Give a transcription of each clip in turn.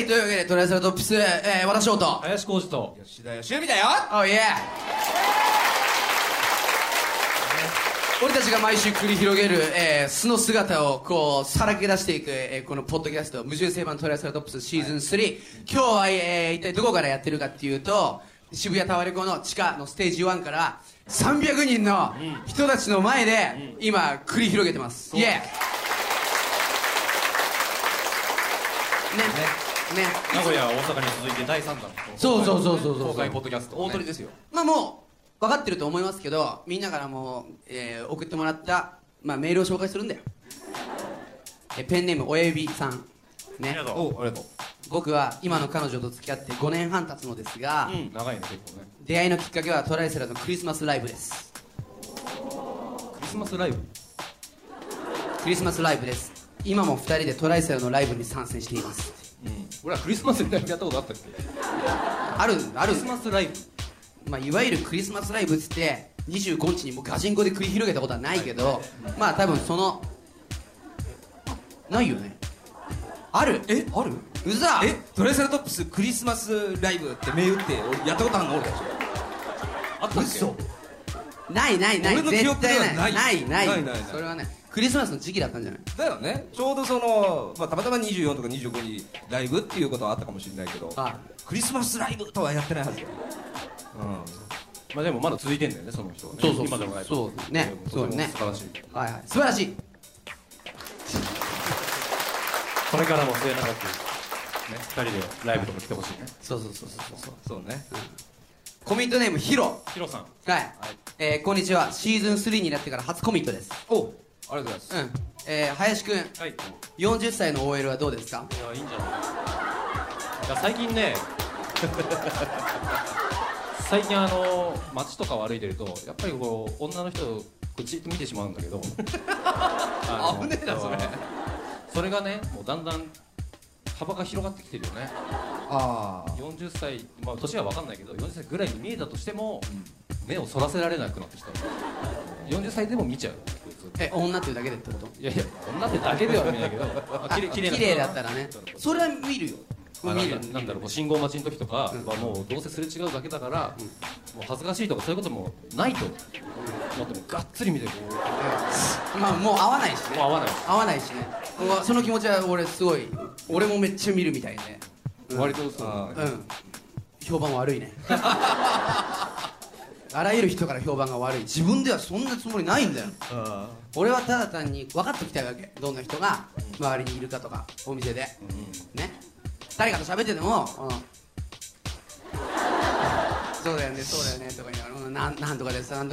い、というわけでトライサラトップス、和田翔と林浩二と吉田義美だよ。 おいえ俺たちが毎週繰り広げる、素の姿をこうさらけ出していく、このポッドキャスト矛盾正版トライサラトップスシーズン3、今日は、一体どこからやってるかっていうと、渋谷タワレコの地下のステージ1から300人の人たちの前で今繰り広げてます。イエーね名古屋大阪に続いて第3弾のそう公開ポッドキャスト大鳥ですよ。 まあもう分かってると思いますけど、みんなからも送ってもらった、メールを紹介するんだよ。ペンネームおえびさんね。 お、ありがとう。 僕は今の彼女と付き合って5年半経つのですが、 長いね結構ね。 出会いのきっかけはトライセラのクリスマスライブです。 クリスマスライブ。 クリスマスライブです。今も2人でトライセラのライブに参戦しています。 俺はクリスマスにライブやったことあったっけ。 あるクリスマスライブ、 いわゆるクリスマスライブっつって25日にもうガチンコで繰り広げたことはないけど、多分そのないよね。ある？ ある？ うざ。 トライサラトップスクリスマスライブって銘打って俺やったことあるの？俺たちあったっけ？嘘。 ない俺の記憶ではないないそれはね、クリスマスの時期だったんじゃない？ だよね。ちょうどその、たまたま24とか25にライブっていうことはあったかもしれないけど、クリスマスライブとはやってないはずよ。 でもまだ続いてんだよね、その人はね。 そう今でもないと。 そうね、そうね。 素晴らしい。 はい素晴らしい。 これからも末永くね、2人でライブとか来てほしいね。 そうね。 コミットネームヒロさん。 はい、こんにちは。シーズン3になってから初コミットです。 お、ありがとうございます。 林くん、 はい。 40歳の OL はどうですか？ いや、いいんじゃない。いや最近ね最近街とかを歩いてるとやっぱりこう女の人をじっと見てしまうんだけど危ねえなそれ。 それがね、もうだんだん幅が広がってきてるよね。40歳、年は分かんないけど40歳ぐらいに見えたとしても、目をそらせられなくなってきた。40歳でも見ちゃう。 女っていうだけでってこと？ いや女ってだけでは見ないけど綺麗だったらね、それは見るよ。 なんだろう、信号待ちの時とかはもうどうせすれ違うだけだから、もう恥ずかしいとかそういうこともないと思ってもがっつり見てる。 もう合わないしね。 もう合わないしね。その気持ちは俺すごい、俺もめっちゃ見るみたいで、 割とそう評判悪いね。あらゆる人から評判が悪い。自分ではそんなつもりないんだよ。俺はただ単に分かっておきたいわけ。どんな人が周りにいるかとか、お店でね、誰かと喋っててもそうだよねとか言いながら、なんとかでさ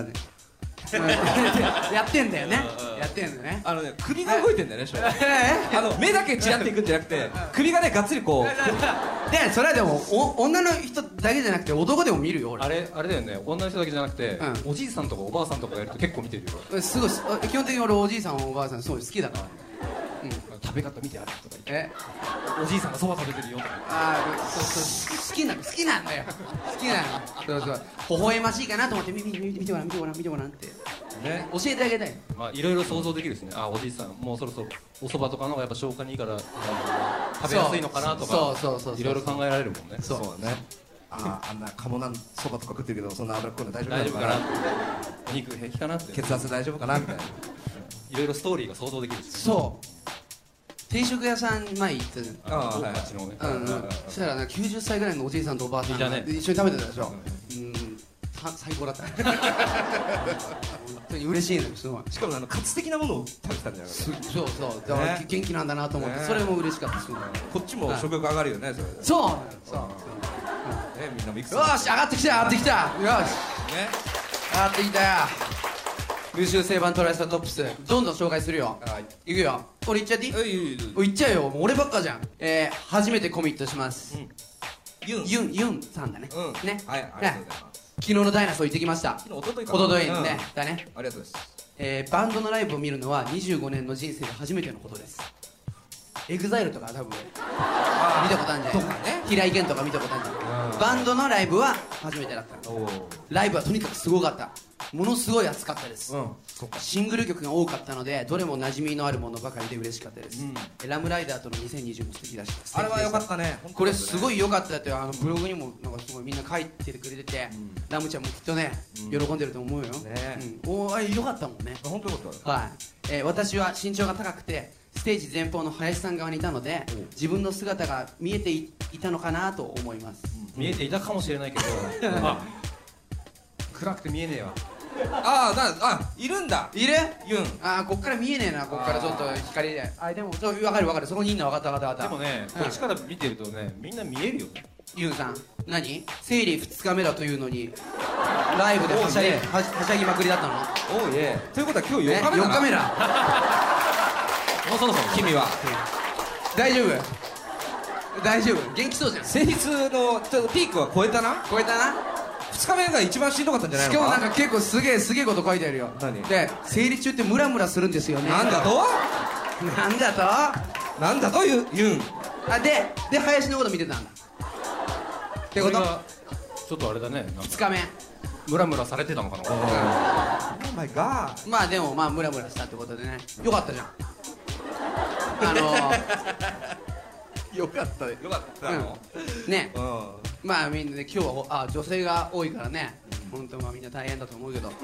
やってんだよね。 首が動いてんだよね。目だけチラっていくんじゃなくて、首がねがっつりこう。 でそれはでも女の人だけじゃなくて男でも見るよ俺。 あれだよね、女の人だけじゃなくて、おじいさんとかおばあさんとかやると結構見てるよ。すごい基本的に俺おじいさんおばあさんすごい好きだから。 食べ方見てあるとか言って、おじいさんがそば食べてるよとか。 好きなのよ。そう微笑ましいかなと思って見てごらんってね、教えてあげたい。 いろいろ想像できるですね。おじいさんもうそろそろおそばとかの方がやっぱ消化にいいから食べやすいのかなとか、いろいろ考えられるもんね。 そうね。あんな鴨なんそばとか食ってるけど、そんな脂っこいの大丈夫かな、 お肉平気かなって、 血圧大丈夫かなみたいな。 いろいろストーリーが想像できるし。 そう定食屋さん前行ったじゃん。そしたら90歳ぐらいのおじいさんとおばあさんが一緒に食べてたでしょ。最高だった本当に嬉しいのよ。すごい。 しかもカツ的なものを食べてたんじゃないかな。 そうだから元気なんだなと思って、それも嬉しかった。 こっちも食欲上がるよね。 そうみんなもいくつ。 よし上がってきたよし上がってきたよ。優秀正版トライサラトップスどんどん紹介するよ。いくよ。俺言っちゃっていい？言っちゃうよ。もう俺ばっかじゃん。初めてコミットします。ユンさんだね。ね。 はい、ありがとうございます。 昨日のダイナソー行ってきました。 おとといね。だね。 ありがとうございます。 バンドのライブを見るのは25年の人生で初めてのことです。エグザイルとか多分見たことあるんじゃない？平井堅とか見たことあるんじゃない？バンドのライブは初めてだった。ライブはとにかくすごかった。 ものすごい熱かったです、 そっか。 シングル曲が多かったのでどれも馴染みのあるものばかりで嬉しかったです、ラムライダーとの2020も素敵だしあれは良かったね。 これすごい良かったってブログにもなんかすごいみんな書いてくれてて、ラムちゃんもきっとね、喜んでると思うよ、おー良かったもんね。 本当良かった。 はい、私は身長が高くてステージ前方の林さん側にいたので自分の姿が見えていたのかなと思います、 見えていたかもしれないけどあ、暗くて見えねえわ。 いるんだ。 いる？ ユン。 こっから見えねえな、こっからちょっと光で。でも分かる、そこにいんの分かった分かった。 でもね、こっちから見てるとね、みんな見えるよね。 ユンさん、何？生理2日目だというのにライブではしゃぎまくりだったの？ おうえ。ということは今日4日目だな。 4日目だ。 もうそろそろ君は大丈夫？大丈夫？元気そうじゃん。 生理痛のちょっとピークは超えたな。 超えたな。 2日目が一番しんどかったんじゃないのか。 しかもなんか結構すげえこと書いてあるよ。 何で、生理中ってムラムラするんですよね。 なんだとユン。 で林のこと見てたんだってこと。 ちょっとあれだね、 2日目ムラムラされてたのかな。 オーマイガー。 まあでもムラムラしたってことでね、よかったじゃん。よかったよ。 よかったの。 ね、まあみんなで今日は女性が多いからね、本当みんな大変だと思うけど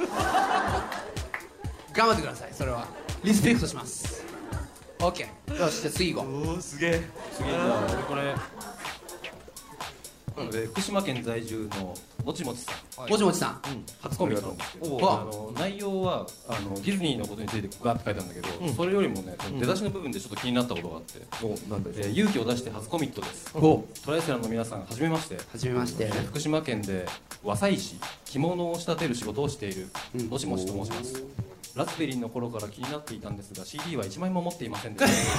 頑張ってください。それはリスペクトします。 OK、 よし、じゃあ次行こう。 おお、すげえ。 次は俺これ福島県在住のもちもちさん、 もちもちさん、 初コメントなんですけど、内容はディズニーのことについてガーッて書いたんだけど、それよりもね、出だしの部分でちょっと気になったことがあって、勇気を出して初コミットです。トライセラの皆さん、はじめまして。福島県で和裁師、着物を仕立てる仕事をしているもちもちと申します。ラズベリーの頃から気になっていたんですが CD は1枚も持っていませんでした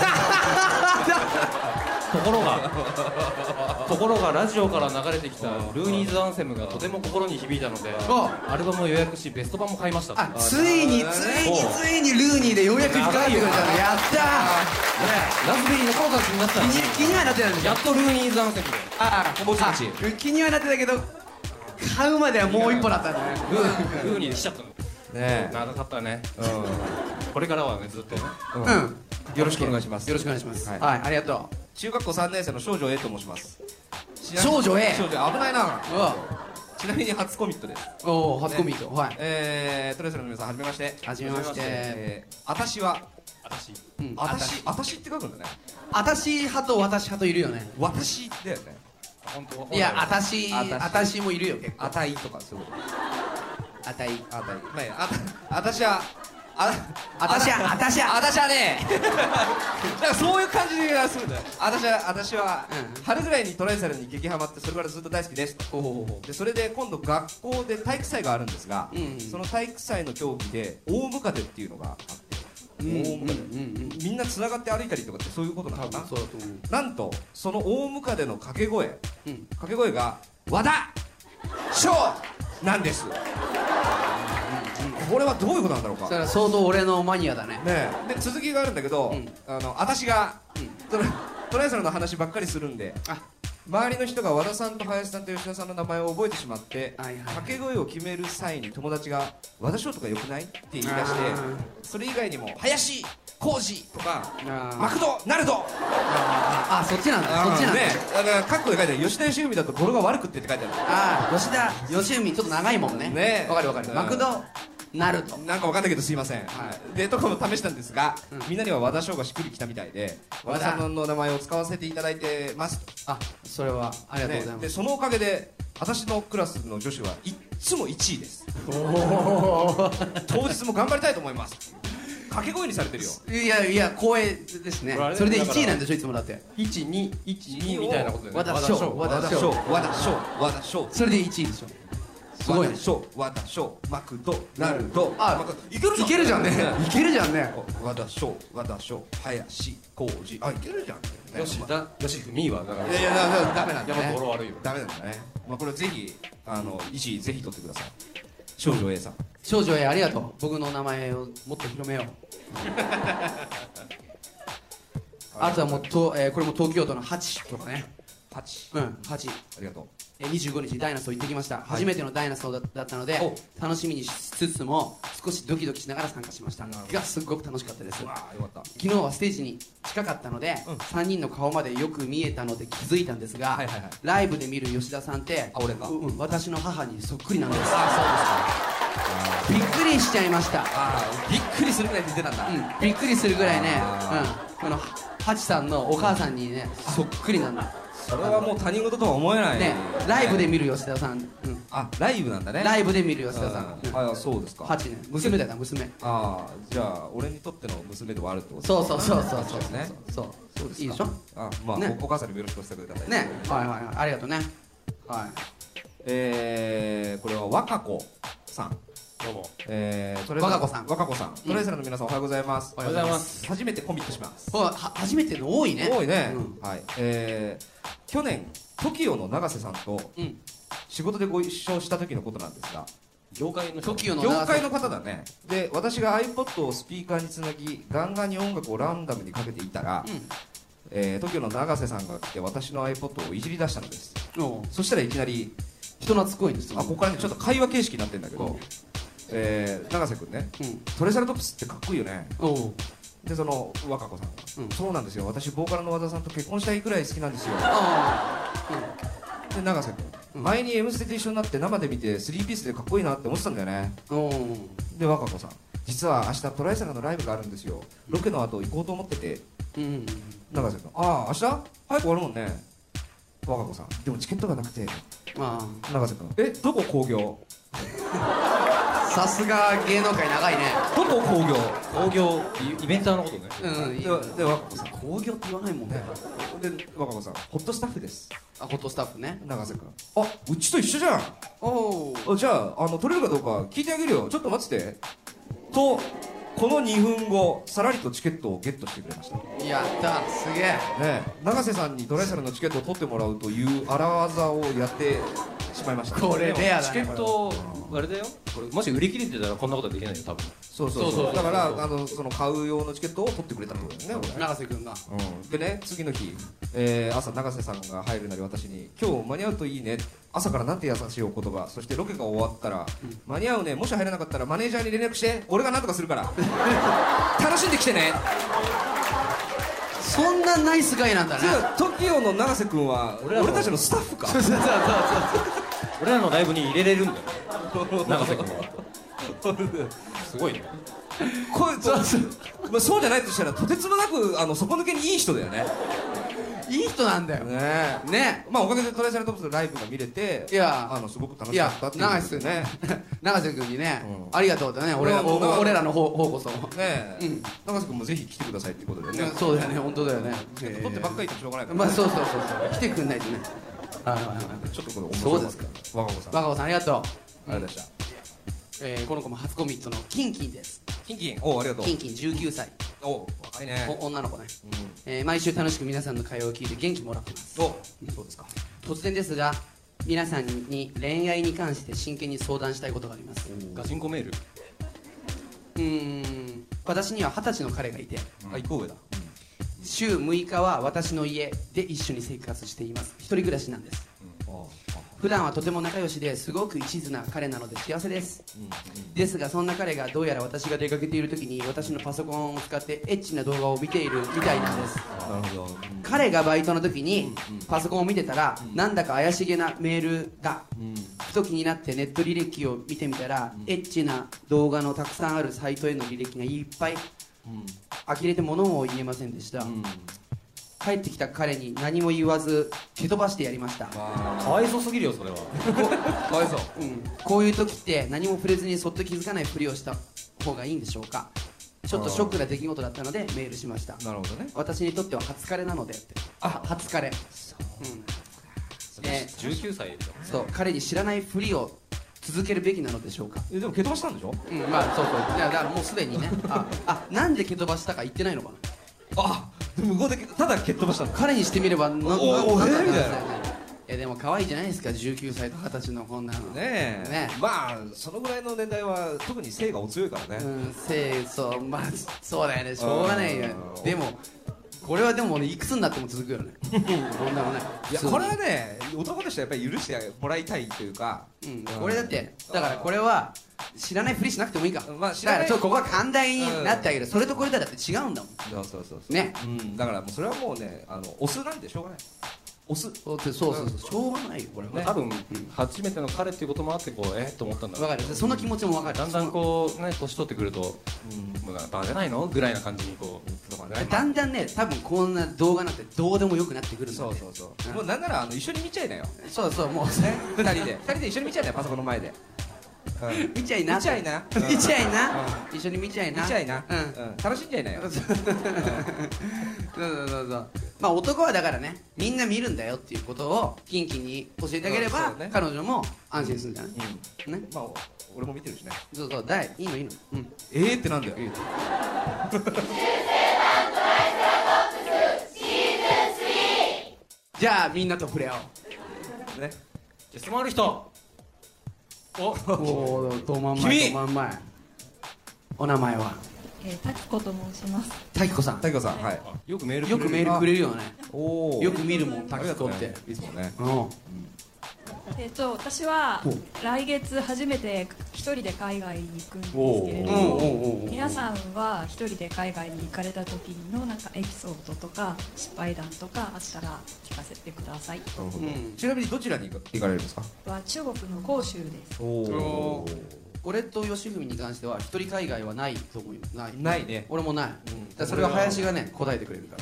ところがラジオから流れてきたルーニーズアンセムがとても心に響いたのでアルバムを予約しベスト版も買いました。 ついにルーニーでようやく引っかかってくれたの。やったー。 ラズベリーの頃から気になってたのに気にはなってたんですよ。 やっとルーニーズアンセムでもちもち気にはなってたけど買うまではもう一歩だったんだね。 ルーニーで来ちゃったのね。長かったね。これからはね、ずっとね。 よろしくお願いします。 よろしくお願いします。はい、ありがとう。 中学校3年生の少女 A と申します。 少女 A。 危ないな。ちなみに初コミットです。 おお、初コミット。はい。 トレースの皆さん、はじめまして。 はじめまして。 あたしはあたしって書くんだね。 あたし派と私派といるよね。 私だよね。 いや、あたしもいるよ、結構。 あたいとかそういうこと。 あたい。 あたしはねなんかそういう感じがするんだよ。私は春ぐらいにトライサルに激ハマって、それからずっと大好きですで、それで今度学校で体育祭があるんですが、その体育祭の競技で大ムカデっていうのがあって、みんなつながって歩いたりとかってそういうことなのかな。なんとその大ムカデの掛け声が和田翔なんです。これはどういうことなんだろうか。 それは相当俺のマニアだね。 で続きがあるんだけど、私がトライアスロンの話ばっかりするんで、周りの人が和田さんと林さんと吉田さんの名前を覚えてしまって、掛け声を決める際に友達が「和田翔とかよくない?」って言い出して、それ以外にも「林浩二」とか「マクドナルド」 そっちなんだ。そっちなんだ。 カッコで書いてある。吉田義文だと語呂が悪くって書いてある。 吉田義文ちょっと長いもんね。わかる。マクドナルドなんかわかんないけどすいません。でとかも試したんですが、みんなには和田翔がしっくりきたみたいで、和田さんの名前を使わせていただいてます。 それはありがとうございます。 でそのおかげで私のクラスの女子はいっつも1位です。当日も頑張りたいと思います。掛け声にされてるよ。 いや光栄ですね。それで1位なんでしょ、いつもだって。 12みたいなことでね。 和田翔それで1位でしょ。すごいね。 和田翔マクドナルド。いけるじゃんね。 和田翔林浩二。いけるじゃん。 吉田義文はだから。 いやダメなんだね。 やっぱ語呂悪いよ。 ダメなんだね。これぜひ1位ぜひ取ってください。少女 A さん。 少女 A ありがとう。僕の名前をもっと広めよう。あとはもうこれも東京都の8とかね。 8。 8。 ありがとう。 25日ダイナソー行ってきました、初めてのダイナソーだったので楽しみにしつつも少しドキドキしながら参加しましたがすっごく楽しかったです。 わあよかった。 昨日はステージに近かったので、3人の顔までよく見えたので気づいたんですが、ライブで見る吉田さんって俺か、 私の母にそっくりなんです。 あびっくりしちゃいました。 びっくりするぐらい似てたんだ。 びっくりするぐらいね、このハチさんのお母さんにねそっくりなんだ。 それはもう他人事とは思えないね。ライブで見る吉田さん、 あ、ライブなんだね。 ライブで見る吉田さん、 あ、そうですか。 ハチね、娘だよな、娘。 ああ、じゃあ俺にとっての娘ではあるってこと。 そうそうね。 そうですいいでしょ。 あ、まあお母さんにもよろしくお伝えくださいね。はいありがとうね。はい。 これは若子さん。 どうも。 若子さん。 トライセラの皆さんおはようございます。 おはようございます。 初めてコミットします。 初めての多いね。 多いね。はい。去年 TOKIO の永瀬さんと仕事でご一緒した時のことなんですが、 業界の TOKIO の業界の方だね。で、私が iPod をスピーカーにつなぎガンガンに音楽をランダムにかけていたら、TOKIO の永瀬さんが来て私の iPod をいじり出したのです。そしたらいきなり人懐っこいんですよ。 ここからねちょっと会話形式になってるんだけど、永瀬君ね、トレサラトプスってかっこいいよね。でその若子さんが、そうなんですよ、私ボーカルの和田さんと結婚したいくらい好きなんですよ。で永瀬君、前に「M ステ」で一緒になって生で見て3ピースでかっこいいなって思ってたんだよね。で若子さん、実は明日トライサラのライブがあるんですよ、ロケの後行こうと思ってて。永瀬君、ああ明日早く終わるもんね。若子さん、でもチケットがなくて。永瀬君、どこ興行。 さすが芸能界長いね。 どこ興行イベンターのことね。 で若子さん、 興行って言わないもんね。 で若子さん、ホットスタッフです。 ホットスタッフね。 永瀬君、うちと一緒じゃん。じゃあ取れるかどうか聞いてあげるよ、ちょっと待っててと、この2分後さらりとチケットをゲットしてくれました。 やった、すげえ。 永瀬さんにトライサラのチケットを取ってもらうという荒技をやってしまいました。 これレアだね。 チケットあれだよ、これもし売り切れてたらこんなことはできないよ多分。 そうだからその買う用のチケットを取ってくれたってことですね、 永瀬君が。 でね、次の日、朝永瀬さんが入るなり私に「今日間に合うといいね」、朝からなんて優しいお言葉、そしてロケが終わったら「間に合うね、もし入らなかったらマネージャーに連絡して俺が何とかするから楽しんできてね」。 そんなナイスガイなんだね。 TOKIO の永瀬君は俺たちのスタッフか。 俺らのライブに入れれるんだよ永瀬君は。すごいね。 そうじゃないとしたらとてつもなく底抜けにいい人だよね。 いい人なんだよね。 まあおかげでトライサラトプスのライブが見れて、すごく楽しかったっていう永瀬君ね、永瀬君にね、ありがとうだね、俺らの方こそね。永瀬君もぜひ来てくださいってことでね。そうだよね、本当だよね。取ってばっかりとしょうがないから。まあそう来てくんないとね。ちょっとこれ面白い。そうですか。若子さんありがとう。ありがとうございました。この子も初コミットのキンキンです。キンキン、ありがとう。キンキン19歳。若いね。女の子ね。毎週楽しく皆さんの会話を聞いて元気もらってます。そうですか。突然ですが皆さんに恋愛に関して真剣に相談したいことがあります。 ガチンコメール。 私には20歳の彼がいて、 一個上だ。 週6日は私の家で一緒に生活しています。一人暮らしなんです。普段はとても仲良しですごく一途な彼なので幸せです。ですがそんな彼がどうやら私が出かけている時に私のパソコンを使ってエッチな動画を見ているみたいなんです。彼がバイトの時にパソコンを見てたらなんだか怪しげなメールが、ふと気になってネット履歴を見てみたらエッチな動画のたくさんあるサイトへの履歴がいっぱい、呆れて物を言えませんでした。帰ってきた彼に何も言わず蹴飛ばしてやりました。 かわいそうすぎるよそれは。 かわいそう。こういう時って何も触れずにそっと気づかないふりをした方がいいんでしょうか。ちょっとショックな出来事だったのでメールしました。なるほどね。私にとっては初彼なのでって。初彼。 19歳でしょ。 そう、彼に知らないふりを続けるべきなのでしょうか。 でも蹴飛ばしたんでしょ。 まあそうだからもうすでにね。なんで蹴飛ばしたか言ってないのかな。 向こうでただ蹴っ飛ばしたの。 彼にしてみればなんかでも可愛いじゃないですか、19歳と20歳のこんなのね。まあそのぐらいの年代は特に性がお強いからね。 まあそうだよね、しょうがないよ。でもこれはでもねいくつになっても続くよねこんなのねいやこれはね男としてはやっぱり許してもらいたいというか、 これだってだからこれは知らないふりしなくてもいいか、 まあ知らないだからちょっとここは寛大になってあげる、それとこれとはだって違うんだもんそうね、 だからもうそれはもうねオスなんでしょうがないオスそうしょうがないよこれは多分初めての彼っていうこともあってこうと思ったんだろう。 わかる、その気持ちもわかる。 だんだんこうね年取ってくると、もうバカじゃないのぐらいな感じにこう、 だんだんね多分こんな動画なんてどうでもよくなってくるんだね。 そうもうなんなら一緒に見ちゃいなよ。 そうもうね2人で一緒に見ちゃいなよパソコンの前で。 見ちゃいな見ちゃいな一緒に見ちゃいな楽しんじゃいなよ。 そうまあ男はだからねみんな見るんだよっていうことをキンキンに教えてあげれば彼女も安心するんじゃない？ね、 まあ俺も見てるしね。 そういいのってなんだよ。 じゃあみんなと触れ合おうね。 質問ある人。 おど真ん前お名前はタキコと申します。 タキコさん、 はい。 よくメールくれるよね。 おお。 よく見るもんタキコっていつもね。 私は来月初めて一人で海外に行くんですけれども、皆さんは一人で海外に行かれた時のなんかエピソードとか失敗談とかあったら聞かせてください。 ちなみにどちらに行かれるんですか？ は中国の広州です。 俺と吉文に関しては一人海外はないと思うよ。 ないね。 俺もない。それは林がね答えてくれるから。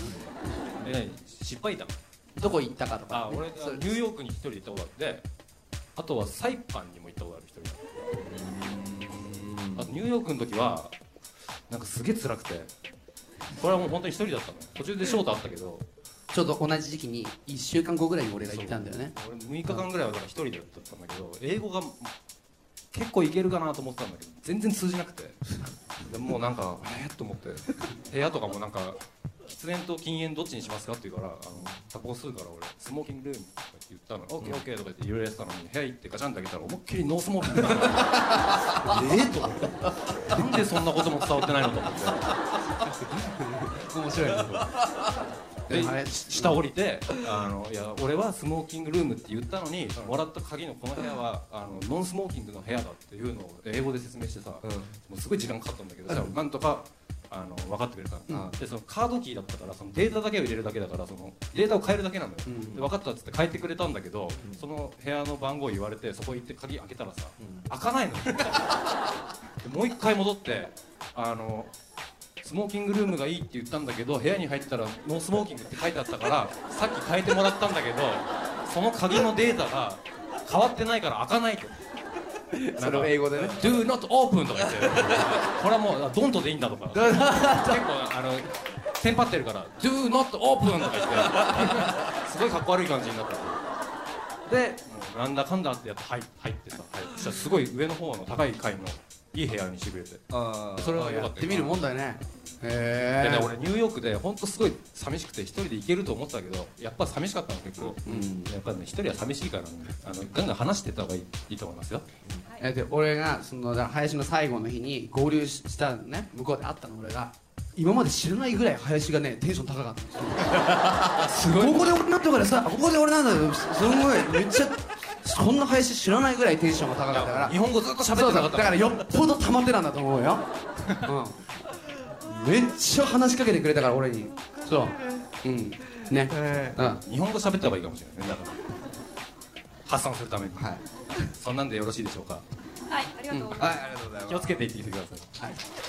失敗談どこ行ったかとか。 俺ニューヨークに一人行ったことあって、あとはサイパンにも行ったことある一人。あとニューヨークの時はなんかすげえ辛くて、これはもう本当に一人だったの。途中でショートあったけど、 ちょうど同じ時期に1週間後ぐらいに俺が行ったんだよね。 俺6日間ぐらいはだから一人でだったんだけど、英語が結構いけるかなと思ってたんだけど全然通じなくて、でもうなんかと思って、部屋とかもなんか喫煙と禁煙どっちにしますかって言うから、タバコ吸うから俺スモーキングルームとかって言ったの、オッケーオッケーとか言っていろいろやってたのに、部屋行ってガチャンって開けたら思いっきりノースモーキングだったと思ってなんでそんなことも伝わってないのと思って面白いね。 で下降りていや俺はスモーキングルームって言ったのに、もらった鍵のこの部屋はノンスモーキングの部屋だっていうのを英語で説明してさ、もうすごい時間かかったんだけどさ、なんとか分かってくれたの、でそのカードキーだったからそのデータだけを入れるだけだから、そのデータを変えるだけなのよ、で分かったっつって変えてくれたんだけど、その部屋の番号言われてそこ行って鍵開けたらさ、開かないのよでもう一回戻ってスモーキングルームがいいって言ったんだけど部屋に入ったらノースモーキングって書いてあったからさっき変えてもらったんだけどその鍵のデータが変わってないから開かないと。 それを英語でね Do not open とか言ってこれはもうドントでいいんだとか結構テンパってるから Do not open とか言ってすごいかっこ悪い感じになったでなんだかんだってやって入ってさ、そしたらすごい上の方の高い階のいい部屋にしてくれて、それは良かった。 やってみるもんだよね。 でね、俺ニューヨークで本当すごい寂しくて一人で行けると思ってたけどやっぱ寂しかったの結構、やっぱりね一人は寂しいから、ガンガン話してた方がいいと思いますよ。 で俺がその林の最後の日に合流したのね、向こうで会ったの俺が今まで知らないぐらい林がねテンション高かったんですよすごいここで俺なんとかでさ、ここで俺なんだよ、すごいめっちゃそんな林知らないぐらいテンションが高かったから日本語ずっと喋ってなかっただからよっぽど溜まってたんだと思うよ、めっちゃ話しかけてくれたから俺に。そうね、 日本語喋った方がいいかもしれないね、だから発散するために、そんなんでよろしいでしょうか。 はい、ありがとうございます。 気をつけていってきてください。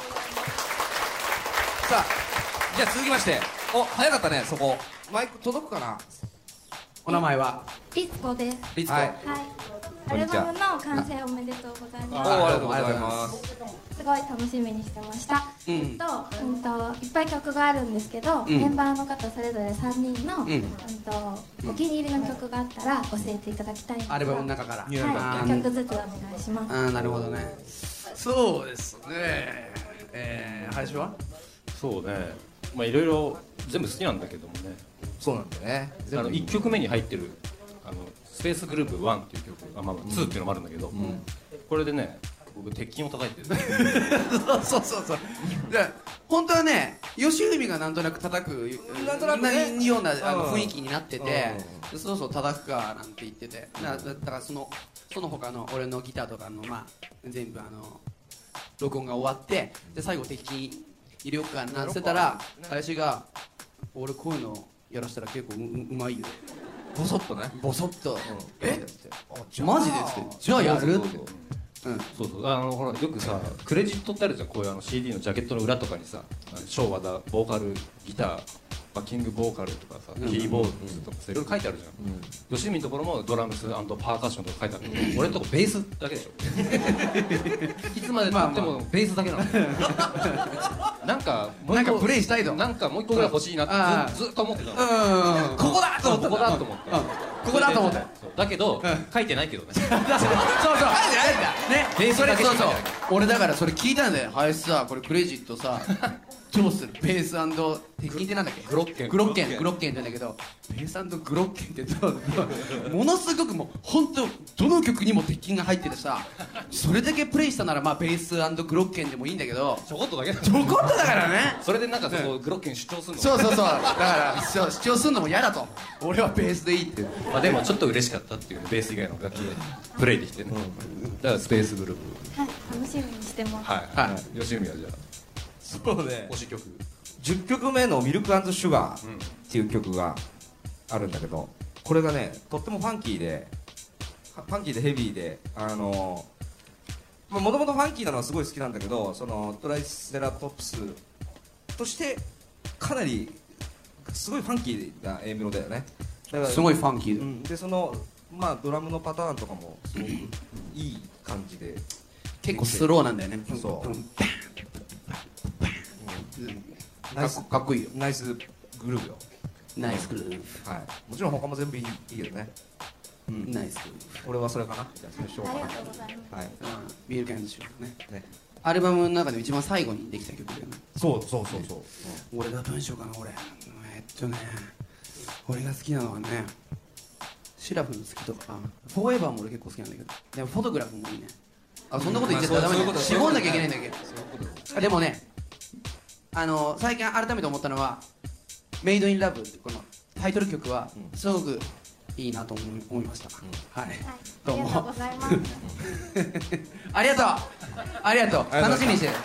さあじゃあ続きまして、早かったねそこ。マイク届くかな。 お名前はリツコです。 リツコ。 はい。アルバムの完成おめでとうございます。 ありがとうございます。 すごい楽しみにしてました。いっぱい曲があるんですけど、メンバーの方それぞれ3人のお気に入りの曲があったら教えていただきたいんですが、 アルバムの中から。 はい、1曲ずつお願いします。 なるほどね。そうですね。林は？ そうね、まあいろいろ全部好きなんだけどもね。 そうなんだよね。 1曲目に入ってるスペースグループ1っていう曲、2っていうのもあるんだけど、これでね僕鉄筋を叩いてるそうじゃあ本当はね吉文がなんとなく叩くなんとなくねような雰囲気になってて、そろそろ叩くかなんて言ってて、だからその他の俺のギターとかのまあ全部録音が終わって、で最後敵に入れようかなんてたら、林が俺こういうのやらせたら結構うまいよ、 ボソッとね、 ボソッと、 えマジでってじゃあやるって、 そうそう、ほらよくさクレジットってあるじゃん、こういうCD のジャケットの裏とかにさ、昭和だボーカルギターバッキングボーカルとかさ、キーボードとかさいろいろ書いてあるじゃん。吉見のところもドラムス&パーカッションとか書いてあるけど、俺のとこベースだけでしょ。いつまでたってもベースだけなの。なんかプレイしたいと、 なんかもう一個ぐらい欲しいなってずっと思ってたの。 ここだと思って、 ここだと思って、 ここだと思って、 だけど書いてないけどね。 そうそう書いてないんだね、 ベースだけそうそう、俺だからそれ聞いたんだよ、林さこれクレジットさどうする、ベース&敵ってなんだっけ、グロッケンって言うんだけど、ベース&グロッケンってどうものすごくもう本当どの曲にも鉄筋が入っててさ、それだけプレイしたならまあベース&グロッケンでもいいんだけど、 ちょこっとだけちょこっとだからね。 それでなんかそこグロッケン主張するの。 そうだから主張するのも嫌だと、俺はベースでいいって。 まあでもちょっと嬉しかったっていう、ベース以外の楽器でプレイできてね。だからスペースグループ、 はい、楽しみにしてます。 はい、吉見はじゃあそうね、 推し曲 10曲目の「ミルク&シュガー」っていう曲があるんだけど、これがねとってもファンキーでヘビーで、もともとファンキーなのはすごい好きなんだけど、そのトライセラトプスとしてかなりすごいファンキーな A メロだよね。だからすごいファンキーで、そのまあドラムのパターンとかもすごくいい感じで、 結構スローなんだよね。 そうかっこいいよ、 ナイスグルーヴよ。 ナイスグルーヴ、はい、もちろん他も全部いいけどね、 ナイスグルーヴ、 俺はそれかな、じゃあそれしようかな。 ありがとうございます。 はい、 ミルク&シュガーね、 ね、 アルバムの中で一番最後にできた曲だよね。 そう、 俺が文章かな、俺が好きなのはね、シラフの好きとか、フォーエバーも俺結構好きなんだけど、でもフォトグラフもいいね。あ、そんなこと言っちゃったらダメだよ、絞んなきゃいけないんだけど。でもね、最近改めて思ったのは「メイドインラブ」ってこのタイトル曲はすごくいいなと思いました。はい、どうもありがとうございます。 ありがとう、楽しみにしてる、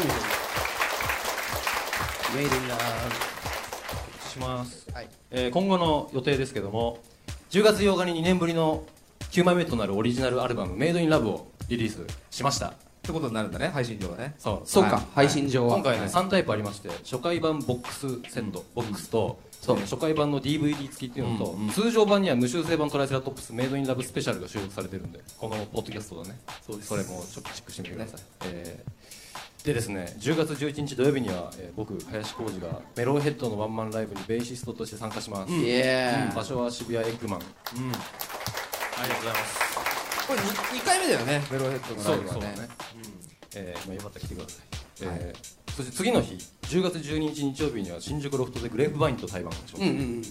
メイドインラブします。 はい、 今後の予定ですけども、10月8日に2年ぶりの9枚目となるオリジナルアルバム「メイドインラブ」をリリースしました。 ってことになるんだね、配信上はね。 そうか、配信上は今回ね3タイプありまして、初回版ボックスセットボックスと、初回版の DVD 付きっていうのと、通常版には無修正版トライセラトップスメイドインラブスペシャルが収録されてるんで、このポッドキャストだね、それもちょっとチェックしてみてください。でですね、10月11日土曜日には、僕林浩司がメロンヘッドのワンマンライブにベーシストとして参加します。場所は渋谷エッグマン。ありがとうございます。 これ 2回目だよね、メロヘッドのライブはね。 よかったら来てください。そして次の日10月12日日曜日には新宿ロフトでグレープバインと対バンをします。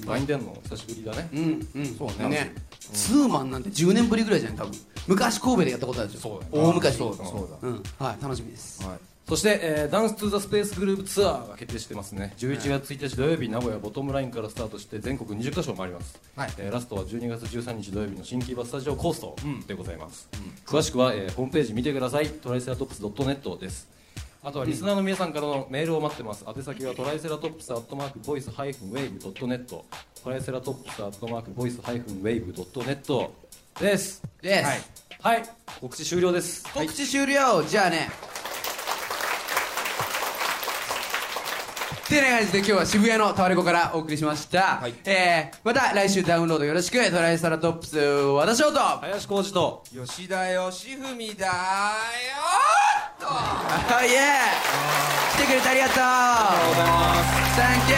ワインデンの久しぶりだね。 そうね、ツーマンなんて10年ぶりぐらいじゃない多分。昔神戸でやったことあるでしょ。大昔。そうだ、はい、楽しみです。 そしてダンス・トゥ・ザ・スペースグループツアーが決定してますね。11月1日土曜日名古屋ボトムラインからスタートして全国20カ所回ります。ラストは12月13日土曜日の新木場スタジオコーストでございます。詳しくはホームページ見てください。トライセラトップス .net です。あとはリスナーの皆さんからのメールを待ってます。宛先はトライセラトップス@voice-wave.net、 トライセラトップス@voice-wave.net です。はい、告知終了です。 告知終了。じゃあね、ってな感じで今日は渋谷のタワレコからお送りしました。また来週ダウンロードよろしく。トライセラトップス和田翔と林浩司と吉田義文だよーっと、イエーイ、来てくれてありがとう。 ありがとうございます。 サンキュー。